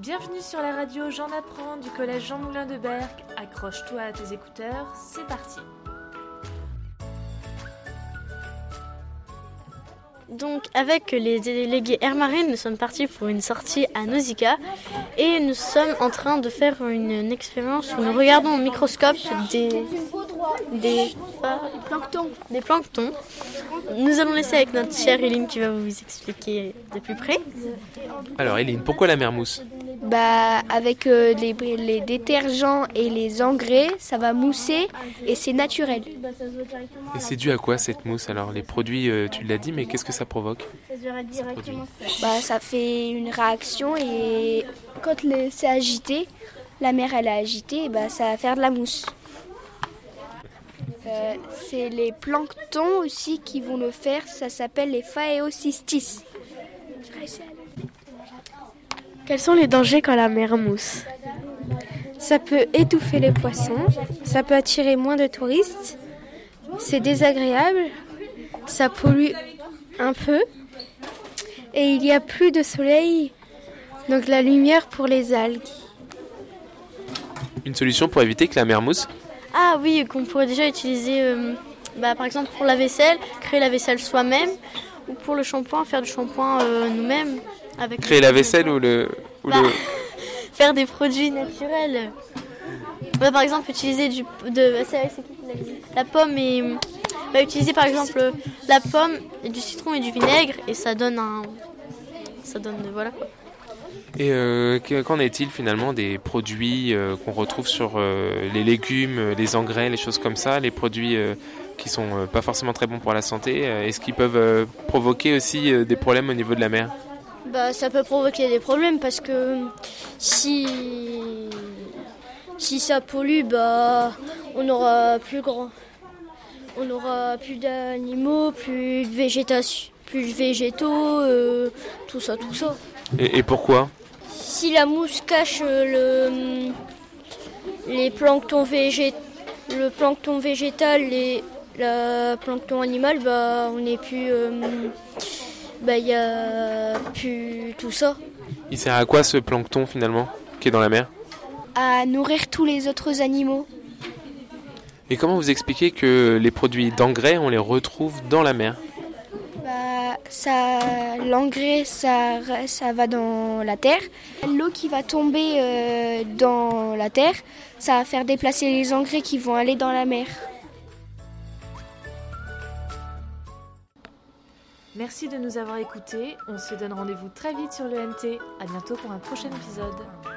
Bienvenue sur la radio J'en apprends du collège Jean Moulin de Berck. Accroche-toi à tes écouteurs, c'est parti. Donc avec les délégués Air Marine, nous sommes partis pour une sortie à Nausicaa et nous sommes en train de faire une expérience où nous regardons au microscope des planctons. Nous allons laisser avec notre chère Eline qui va vous expliquer de plus près. Alors Eline, pourquoi la mer mousse ? Avec les détergents et les engrais, ça va mousser et c'est naturel. Et c'est dû à quoi cette mousse ? Alors les produits, tu l'as dit, mais qu'est-ce que ça provoque ? Ça fait une réaction et quand c'est agité, la mer elle est agitée, ça va faire de la mousse. C'est les planctons aussi qui vont le faire, ça s'appelle les phaeocystis. Quels sont les dangers quand la mer mousse ? Ça peut étouffer les poissons, ça peut attirer moins de touristes, c'est désagréable, ça pollue un peu et il n'y a plus de soleil, donc la lumière pour les algues. Une solution pour éviter que la mer mousse ? Ah oui, qu'on pourrait déjà utiliser par exemple pour la vaisselle, créer la vaisselle soi-même ou pour le shampoing, faire du shampoing nous-mêmes. Créer la vaisselle ou faire des produits naturels. Par exemple, utiliser la pomme et utiliser par exemple la pomme, et du citron et du vinaigre et ça donne voilà quoi. Et qu'en est-il finalement des produits qu'on retrouve sur les légumes, les engrais, les choses comme ça, les produits qui sont pas forcément très bons pour la santé, est-ce qu'ils peuvent provoquer aussi des problèmes au niveau de la mer ? Ça peut provoquer des problèmes parce que si ça pollue, on aura plus d'animaux, plus de végétation, plus de végétaux, tout ça. Et pourquoi ? Si la mousse cache le plancton végétal et le plancton animal, on n'est plus... il n'y a plus tout ça. Il sert à quoi ce plancton finalement qui est dans la mer ? À nourrir tous les autres animaux. Et comment vous expliquez que les produits d'engrais, on les retrouve dans la mer ? L'engrais, ça va dans la terre. L'eau qui va tomber dans la terre, ça va faire déplacer les engrais qui vont aller dans la mer. Merci de nous avoir écoutés. On se donne rendez-vous très vite sur le NT. À bientôt pour un prochain épisode.